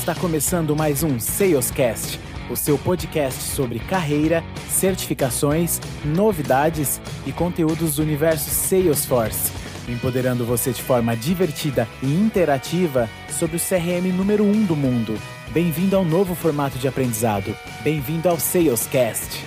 Está começando mais um Salescast, o seu podcast sobre carreira, certificações, novidades e conteúdos do universo Salesforce, empoderando você de forma divertida e interativa sobre o CRM número 1 do mundo. Bem-vindo ao novo formato de aprendizado. Bem-vindo ao Salescast.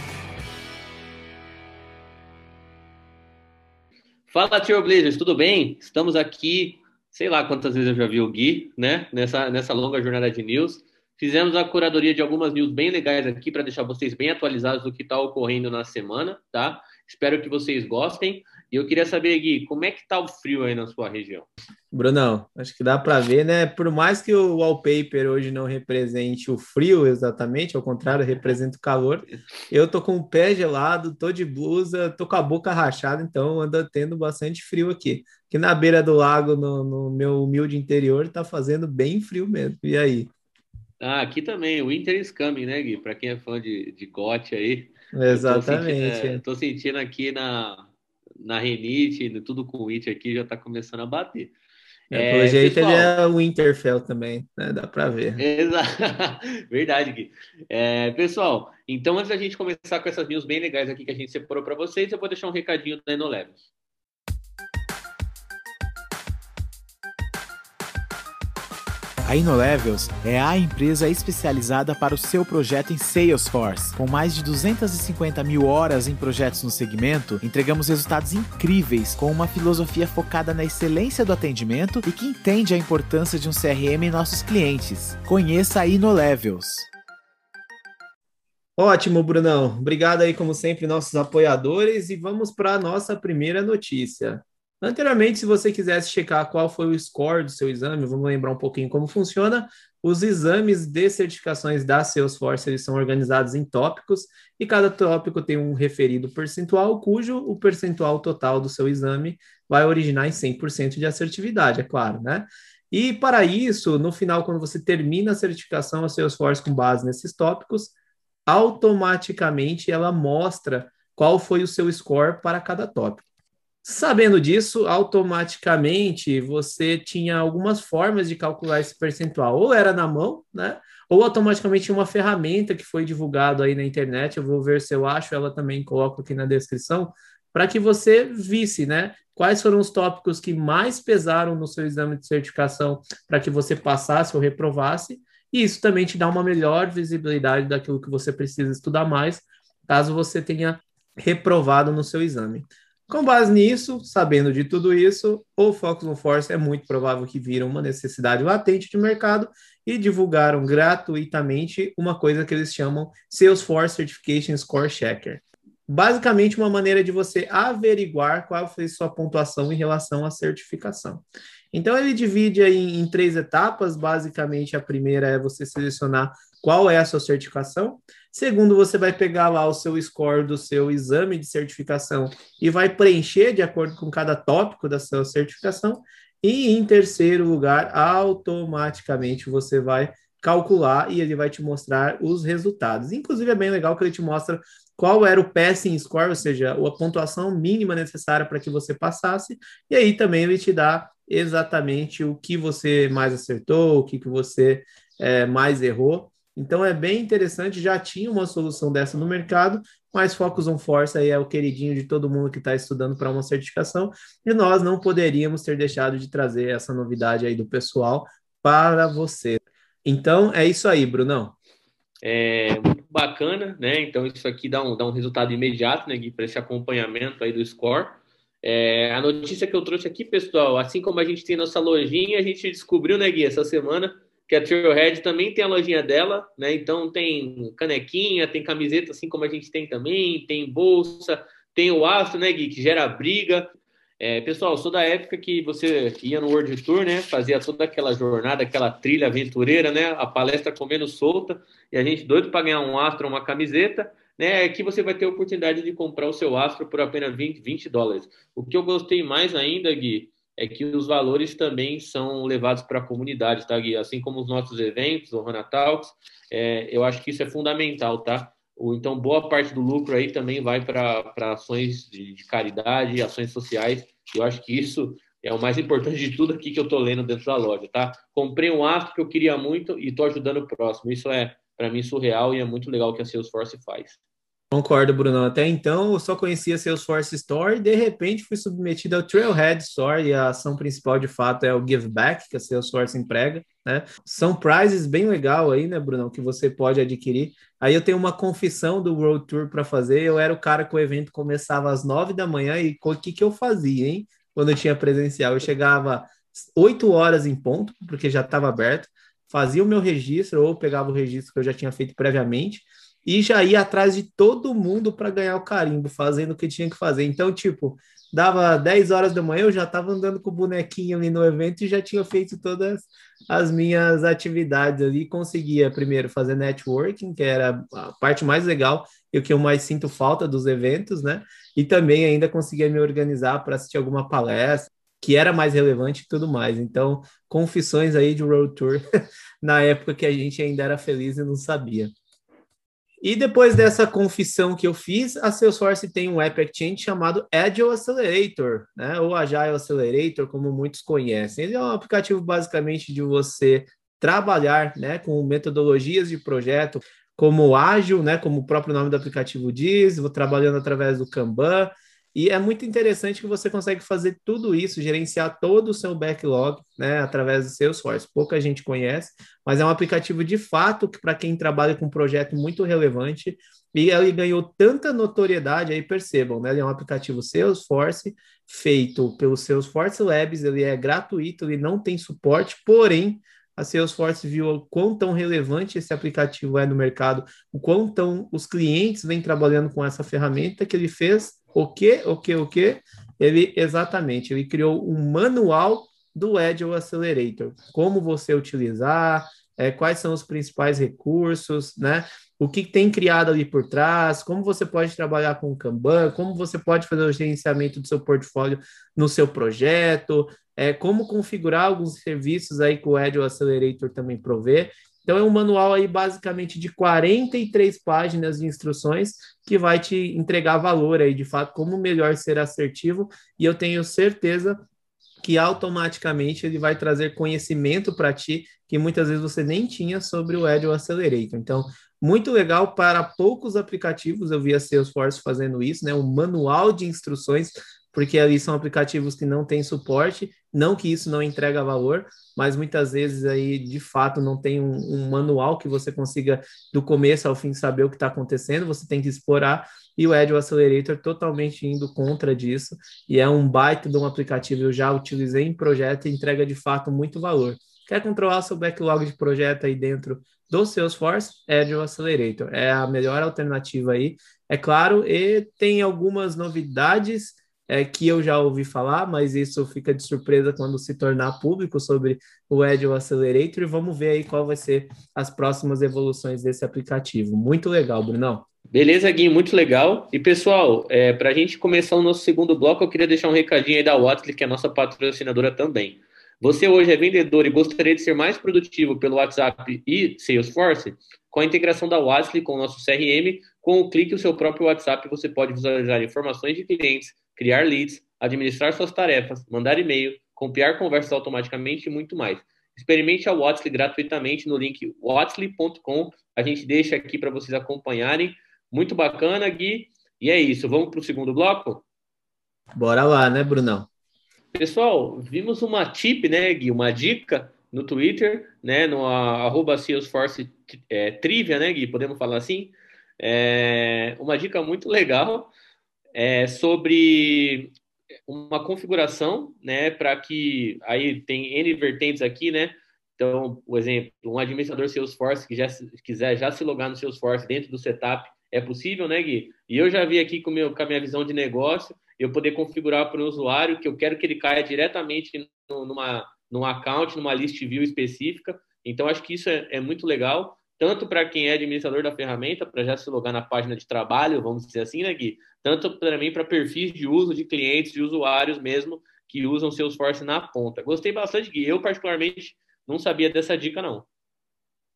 Fala, Trailblazers, tudo bem? Estamos aqui, sei lá quantas vezes eu já vi o Gui, né? Nessa longa jornada de news. Fizemos a curadoria de algumas news bem legais aqui para deixar vocês bem atualizados do que está ocorrendo na semana, tá? Espero que vocês gostem. E eu queria saber, Gui, como é que tá o frio aí na sua região? Brunão, acho que dá para ver, né? Por mais que o wallpaper hoje não represente o frio exatamente, ao contrário, representa o calor, eu tô com o pé gelado, tô de blusa, tô com a boca rachada, então anda tendo bastante frio aqui. Aqui na beira do lago, no meu humilde interior, tá fazendo bem frio mesmo. E aí? Ah, aqui também, o Winter is coming, né, Gui? Para quem é fã de GOT aí, Exatamente. tô sentindo aqui na rinite, tudo com o Winter aqui já tá começando a bater. Pelo jeito ele Pessoal, é o Winterfell também, né? Dá para ver. Verdade, Gui. Pessoal, então antes da gente começar com essas news bem legais aqui que a gente separou para vocês, eu vou deixar um recadinho da InnoLevels. A InnoLevels é a empresa especializada para o seu projeto em Salesforce. Com mais de 250 mil horas em projetos no segmento, entregamos resultados incríveis com uma filosofia focada na excelência do atendimento e que entende a importância de um CRM em nossos clientes. Conheça a InnoLevels. Ótimo, Brunão. Obrigado aí, como sempre, nossos apoiadores. E vamos para a nossa primeira notícia. Anteriormente, se você quisesse checar qual foi o score do seu exame, vamos lembrar um pouquinho como funciona. Os exames de certificações da Salesforce, eles são organizados em tópicos e cada tópico tem um referido percentual, cujo o percentual total do seu exame vai originar em 100% de assertividade, é claro, né? E para isso, no final, quando você termina a certificação, a Salesforce com base nesses tópicos, automaticamente ela mostra qual foi o seu score para cada tópico. Sabendo disso, automaticamente você tinha algumas formas de calcular esse percentual. Ou era na mão, né? Ou automaticamente uma ferramenta que foi divulgado aí na internet. Eu vou ver se eu acho, ela também coloco aqui na descrição, para que você visse, né? Quais foram os tópicos que mais pesaram no seu exame de certificação para que você passasse ou reprovasse. E isso também te dá uma melhor visibilidade daquilo que você precisa estudar mais, caso você tenha reprovado no seu exame. Com base nisso, sabendo de tudo isso, o Focus on Force é muito provável que viram uma necessidade latente de mercado e divulgaram gratuitamente uma coisa que eles chamam Salesforce Certification Score Checker. Basicamente, uma maneira de você averiguar qual foi sua pontuação em relação à certificação. Então, ele divide aí em três etapas. Basicamente, a primeira é você selecionar qual é a sua certificação. Segundo, você vai pegar lá o seu score do seu exame de certificação e vai preencher de acordo com cada tópico da sua certificação. E em terceiro lugar, automaticamente você vai calcular e ele vai te mostrar os resultados. Inclusive, é bem legal que ele te mostra qual era o passing score, ou seja, a pontuação mínima necessária para que você passasse, e aí também ele te dá exatamente o que você mais acertou, o que você mais errou. Então é bem interessante, já tinha uma solução dessa no mercado, mas Focus on Force aí é o queridinho de todo mundo que está estudando para uma certificação, e nós não poderíamos ter deixado de trazer essa novidade aí do pessoal para você. Então é isso aí, Brunão. Muito bacana, né? Então isso aqui dá um resultado imediato, né, Gui, para esse acompanhamento aí do score. A notícia que eu trouxe aqui, pessoal, assim como a gente tem nossa lojinha, a gente descobriu, né, Gui, essa semana, que a Trailhead também tem a lojinha dela, né? Então tem canequinha, tem camiseta, assim como a gente tem também, tem bolsa, tem o Astro, né, Gui, que gera briga. Pessoal, eu sou da época que você ia no World Tour, né? Fazia toda aquela jornada, aquela trilha aventureira, né? A palestra comendo solta, e a gente doido para ganhar um Astro, uma camiseta, né? Aqui você vai ter a oportunidade de comprar o seu Astro por apenas $20. O que eu gostei mais ainda, Gui, é que os valores também são levados para a comunidade, tá, Gui? Assim como os nossos eventos, o Hana Talks, eu acho que isso é fundamental, tá? Então, boa parte do lucro aí também vai para ações de caridade, ações sociais. Eu acho que isso é o mais importante de tudo aqui que eu estou lendo dentro da loja, tá? Comprei um astro que eu queria muito e estou ajudando o próximo. Isso é, para mim, surreal e é muito legal o que a Salesforce faz. Concordo, Bruno. Até então eu só conhecia Salesforce Store e de repente fui submetido ao Trailhead Store e a ação principal de fato é o Give Back que a Salesforce emprega, né? São prizes bem legal aí, né, Bruno, que você pode adquirir. Aí eu tenho uma confissão do World Tour para fazer. Eu era o cara que o evento começava às 9 da manhã e o que eu fazia, hein? Quando eu tinha presencial, eu chegava 8 horas em ponto, porque já estava aberto, fazia o meu registro ou pegava o registro que eu já tinha feito previamente e já ia atrás de todo mundo para ganhar o carimbo, fazendo o que tinha que fazer. Então, tipo, dava 10 horas da manhã, eu já estava andando com o bonequinho ali no evento e já tinha feito todas as minhas atividades ali. Conseguia primeiro fazer networking, que era a parte mais legal e o que eu mais sinto falta dos eventos, né? E também ainda conseguia me organizar para assistir alguma palestra, que era mais relevante e tudo mais. Então, confissões aí de World Tour, na época que a gente ainda era feliz e não sabia. E depois dessa confissão que eu fiz, a Salesforce tem um App Exchange chamado Agile Accelerator, né? Ou Agile Accelerator, como muitos conhecem. Ele é um aplicativo basicamente de você trabalhar, né, com metodologias de projeto como ágil, né, como o próprio nome do aplicativo diz, vou trabalhando através do Kanban. E é muito interessante que você consegue fazer tudo isso, gerenciar todo o seu backlog, né, através do Salesforce. Pouca gente conhece, mas é um aplicativo de fato que para quem trabalha com um projeto muito relevante, e ele ganhou tanta notoriedade, aí percebam, né? Ele é um aplicativo Salesforce, feito pelo Salesforce Labs, ele é gratuito, ele não tem suporte, porém, a Salesforce viu o quão tão relevante esse aplicativo é no mercado, o quão tão os clientes vêm trabalhando com essa ferramenta, que ele fez o quê? Ele criou um manual do Agile Accelerator, como você utilizar, quais são os principais recursos, né? O que tem criado ali por trás, como você pode trabalhar com o Kanban, como você pode fazer o gerenciamento do seu portfólio no seu projeto, como configurar alguns serviços aí que o Agile Accelerator também provê. Então, é um manual aí basicamente de 43 páginas de instruções que vai te entregar valor aí, de fato, como melhor ser assertivo. E eu tenho certeza que automaticamente ele vai trazer conhecimento para ti que muitas vezes você nem tinha sobre o Agile Accelerator. Então, muito legal para poucos aplicativos, eu vi a Salesforce fazendo isso, né? Um manual de instruções, porque ali são aplicativos que não têm suporte, não que isso não entrega valor, mas muitas vezes aí, de fato, não tem um manual que você consiga, do começo ao fim, saber o que está acontecendo, você tem que explorar, e o Agile Accelerator totalmente indo contra disso, e é um baita de um aplicativo, eu já utilizei em projeto e entrega, de fato, muito valor. Quer controlar seu backlog de projeto aí dentro do Salesforce? Agile Accelerator é a melhor alternativa aí, é claro, e tem algumas novidades que eu já ouvi falar, mas isso fica de surpresa quando se tornar público sobre o Agile Accelerator, e vamos ver aí qual vai ser as próximas evoluções desse aplicativo. Muito legal, Brunão. Beleza, Gui, muito legal. E pessoal, para a gente começar o nosso segundo bloco, eu queria deixar um recadinho aí da Wattly, que é a nossa patrocinadora também. Você hoje é vendedor e gostaria de ser mais produtivo pelo WhatsApp e Salesforce? Com a integração da Wattly com o nosso CRM, com o clique no seu próprio WhatsApp, você pode visualizar informações de clientes, criar leads, administrar suas tarefas, mandar e-mail, copiar conversas automaticamente e muito mais. Experimente a Wattly gratuitamente no link wattly.com. A gente deixa aqui para vocês acompanharem. Muito bacana, Gui. E é isso. Vamos para o segundo bloco? Bora lá, né, Brunão? Pessoal, vimos uma tip, né, Gui? Uma dica no Twitter, né? No @Salesforce Trivia, né, Gui? Podemos falar assim? Uma dica muito legal sobre uma configuração, né? Para que aí tem N vertentes aqui, né? Então, por exemplo, um administrador Salesforce que já quiser já se logar no Salesforce dentro do setup, é possível, né, Gui? E eu já vi aqui com a minha visão de negócio, eu poder configurar para o usuário que eu quero que ele caia diretamente num account, numa list view específica. Então, acho que isso é muito legal, tanto para quem é administrador da ferramenta, para já se logar na página de trabalho, vamos dizer assim, né, Gui? Tanto também para perfis de uso de clientes, de usuários mesmo, que usam Salesforce na ponta. Gostei bastante, Gui. Eu, particularmente, não sabia dessa dica, não.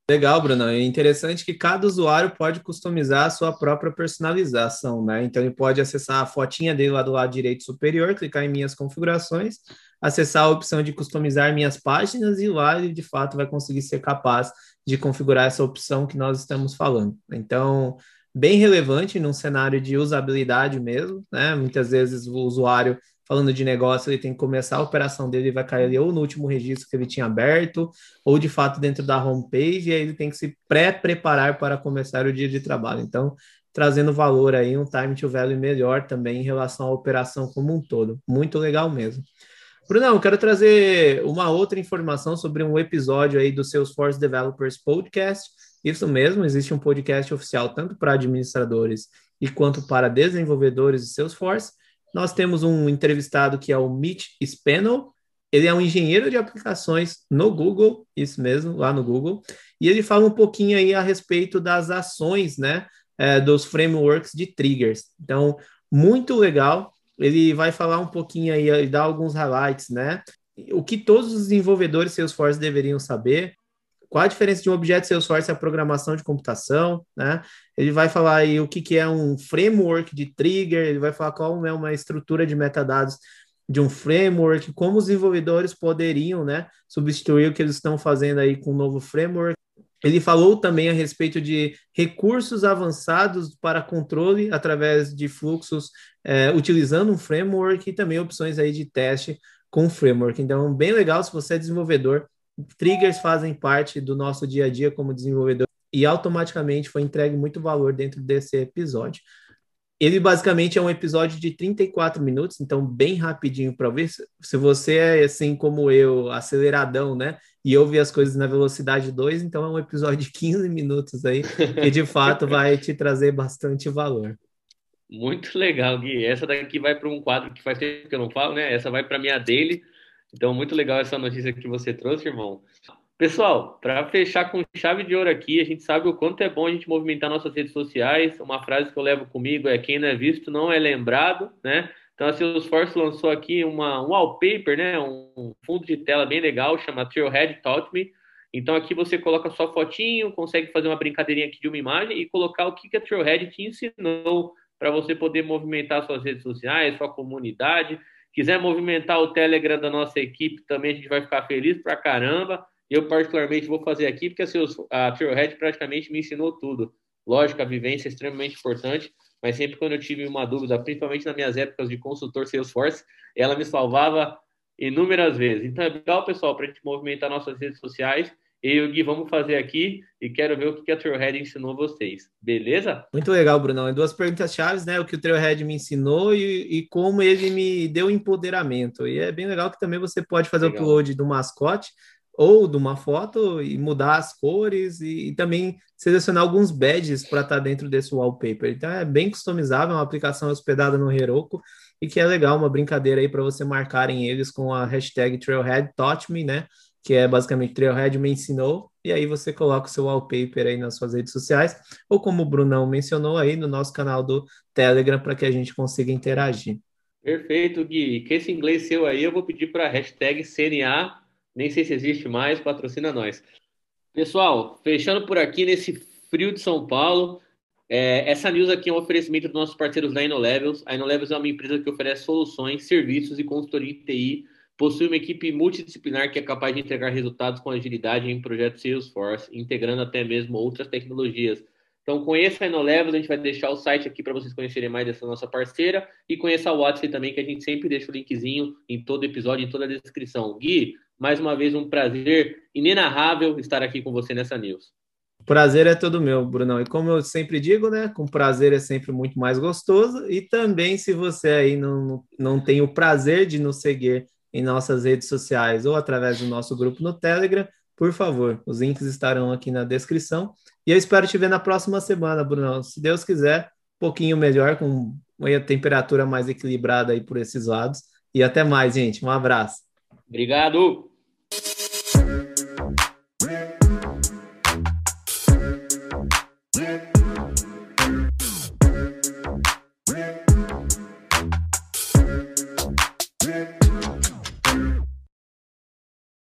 Legal, Bruno. É interessante que cada usuário pode customizar a sua própria personalização, né? Então, ele pode acessar a fotinha dele lá do lado direito superior, clicar em Minhas Configurações, acessar a opção de customizar minhas páginas e lá ele, de fato, vai conseguir ser capaz de configurar essa opção que nós estamos falando. Então, bem relevante num cenário de usabilidade mesmo, né? Muitas vezes o usuário, falando de negócio, ele tem que começar a operação dele e vai cair ali ou no último registro que ele tinha aberto, ou de fato dentro da homepage, e aí ele tem que se pré-preparar para começar o dia de trabalho. Então, trazendo valor aí, um time to value melhor também em relação à operação como um todo. Muito legal mesmo. Brunão, eu quero trazer uma outra informação sobre um episódio aí do Salesforce Developers Podcast. Isso mesmo, existe um podcast oficial tanto para administradores e quanto para desenvolvedores de Salesforce. Nós temos um entrevistado que é o Mitch Spano. Ele é um engenheiro de aplicações no Google, isso mesmo, lá no Google, e ele fala um pouquinho aí a respeito das ações, né, dos frameworks de triggers. Então, muito legal. Ele vai falar um pouquinho aí, dar alguns highlights, né? O que todos os desenvolvedores Salesforce deveriam saber, qual a diferença de um objeto Salesforce e a programação de computação, né? Ele vai falar aí o que é um framework de trigger, ele vai falar qual é uma estrutura de metadados de um framework, como os desenvolvedores poderiam, né, substituir o que eles estão fazendo aí com um novo framework. Ele falou também a respeito de recursos avançados para controle através de fluxos, utilizando um framework e também opções aí de teste com framework. Então, bem legal se você é desenvolvedor. Triggers fazem parte do nosso dia a dia como desenvolvedor e automaticamente foi entregue muito valor dentro desse episódio. Ele basicamente é um episódio de 34 minutos, então bem rapidinho para ouvir. Se você é assim como eu, aceleradão, né? E ouve as coisas na velocidade 2, então é um episódio de 15 minutos aí, que de fato vai te trazer bastante valor. Muito legal, Gui. Essa daqui vai para um quadro que faz tempo que eu não falo, né? Essa vai para minha daily. Então, muito legal essa notícia que você trouxe, irmão. Pessoal, para fechar com chave de ouro aqui, a gente sabe o quanto é bom a gente movimentar nossas redes sociais. Uma frase que eu levo comigo é: quem não é visto não é lembrado, né? Então a Salesforce lançou aqui um wallpaper, né? Um fundo de tela bem legal, chama Trailhead Taught Me. Então aqui você coloca sua fotinho, consegue fazer uma brincadeirinha aqui de uma imagem e colocar o que a Trailhead te ensinou para você poder movimentar suas redes sociais, sua comunidade. Quiser movimentar o Telegram da nossa equipe também, a gente vai ficar feliz pra caramba. Eu, particularmente, vou fazer aqui, porque a Trailhead praticamente me ensinou tudo. Lógico, a vivência é extremamente importante, mas sempre quando eu tive uma dúvida, principalmente nas minhas épocas de consultor Salesforce, ela me salvava inúmeras vezes. Então é legal, pessoal, para a gente movimentar nossas redes sociais. Eu e o Gui vamos fazer aqui e quero ver o que a Trailhead ensinou vocês. Beleza? Muito legal, Brunão. E duas perguntas chaves, né? O que o Trailhead me ensinou e como ele me deu empoderamento. E é bem legal que também você pode fazer Legal. o upload do mascote ou de uma foto e mudar as cores e também selecionar alguns badges para estar dentro desse wallpaper. Então é bem customizável, é uma aplicação hospedada no Heroku e que é legal, uma brincadeira aí para você marcarem eles com a hashtag TrailheadTaught.me, né? Que é basicamente Trailhead me ensinou, e aí você coloca o seu wallpaper aí nas suas redes sociais, ou como o Brunão mencionou aí no nosso canal do Telegram para que a gente consiga interagir. Perfeito, Gui. Que esse inglês seu aí, eu vou pedir para a hashtag CNA, nem sei se existe mais, patrocina nós. Pessoal, fechando por aqui nesse frio de São Paulo, essa news aqui é um oferecimento dos nossos parceiros da InnoLevels. A InnoLevels é uma empresa que oferece soluções, serviços e consultoria em TI. Possui uma equipe multidisciplinar que é capaz de entregar resultados com agilidade em projetos Salesforce, integrando até mesmo outras tecnologias. Então, conheça a InnoLevels, a gente vai deixar o site aqui para vocês conhecerem mais dessa nossa parceira e conheça a WhatsApp também, que a gente sempre deixa o linkzinho em todo episódio, em toda a descrição. Gui, mais uma vez um prazer inenarrável estar aqui com você nessa news. Prazer é todo meu, Brunão. E como eu sempre digo, né? Com prazer é sempre muito mais gostoso. E também, se você aí não tem o prazer de nos seguir em nossas redes sociais ou através do nosso grupo no Telegram, por favor, os links estarão aqui na descrição. E eu espero te ver na próxima semana, Brunão. Se Deus quiser, um pouquinho melhor, com uma temperatura mais equilibrada aí por esses lados. E até mais, gente. Um abraço. Obrigado!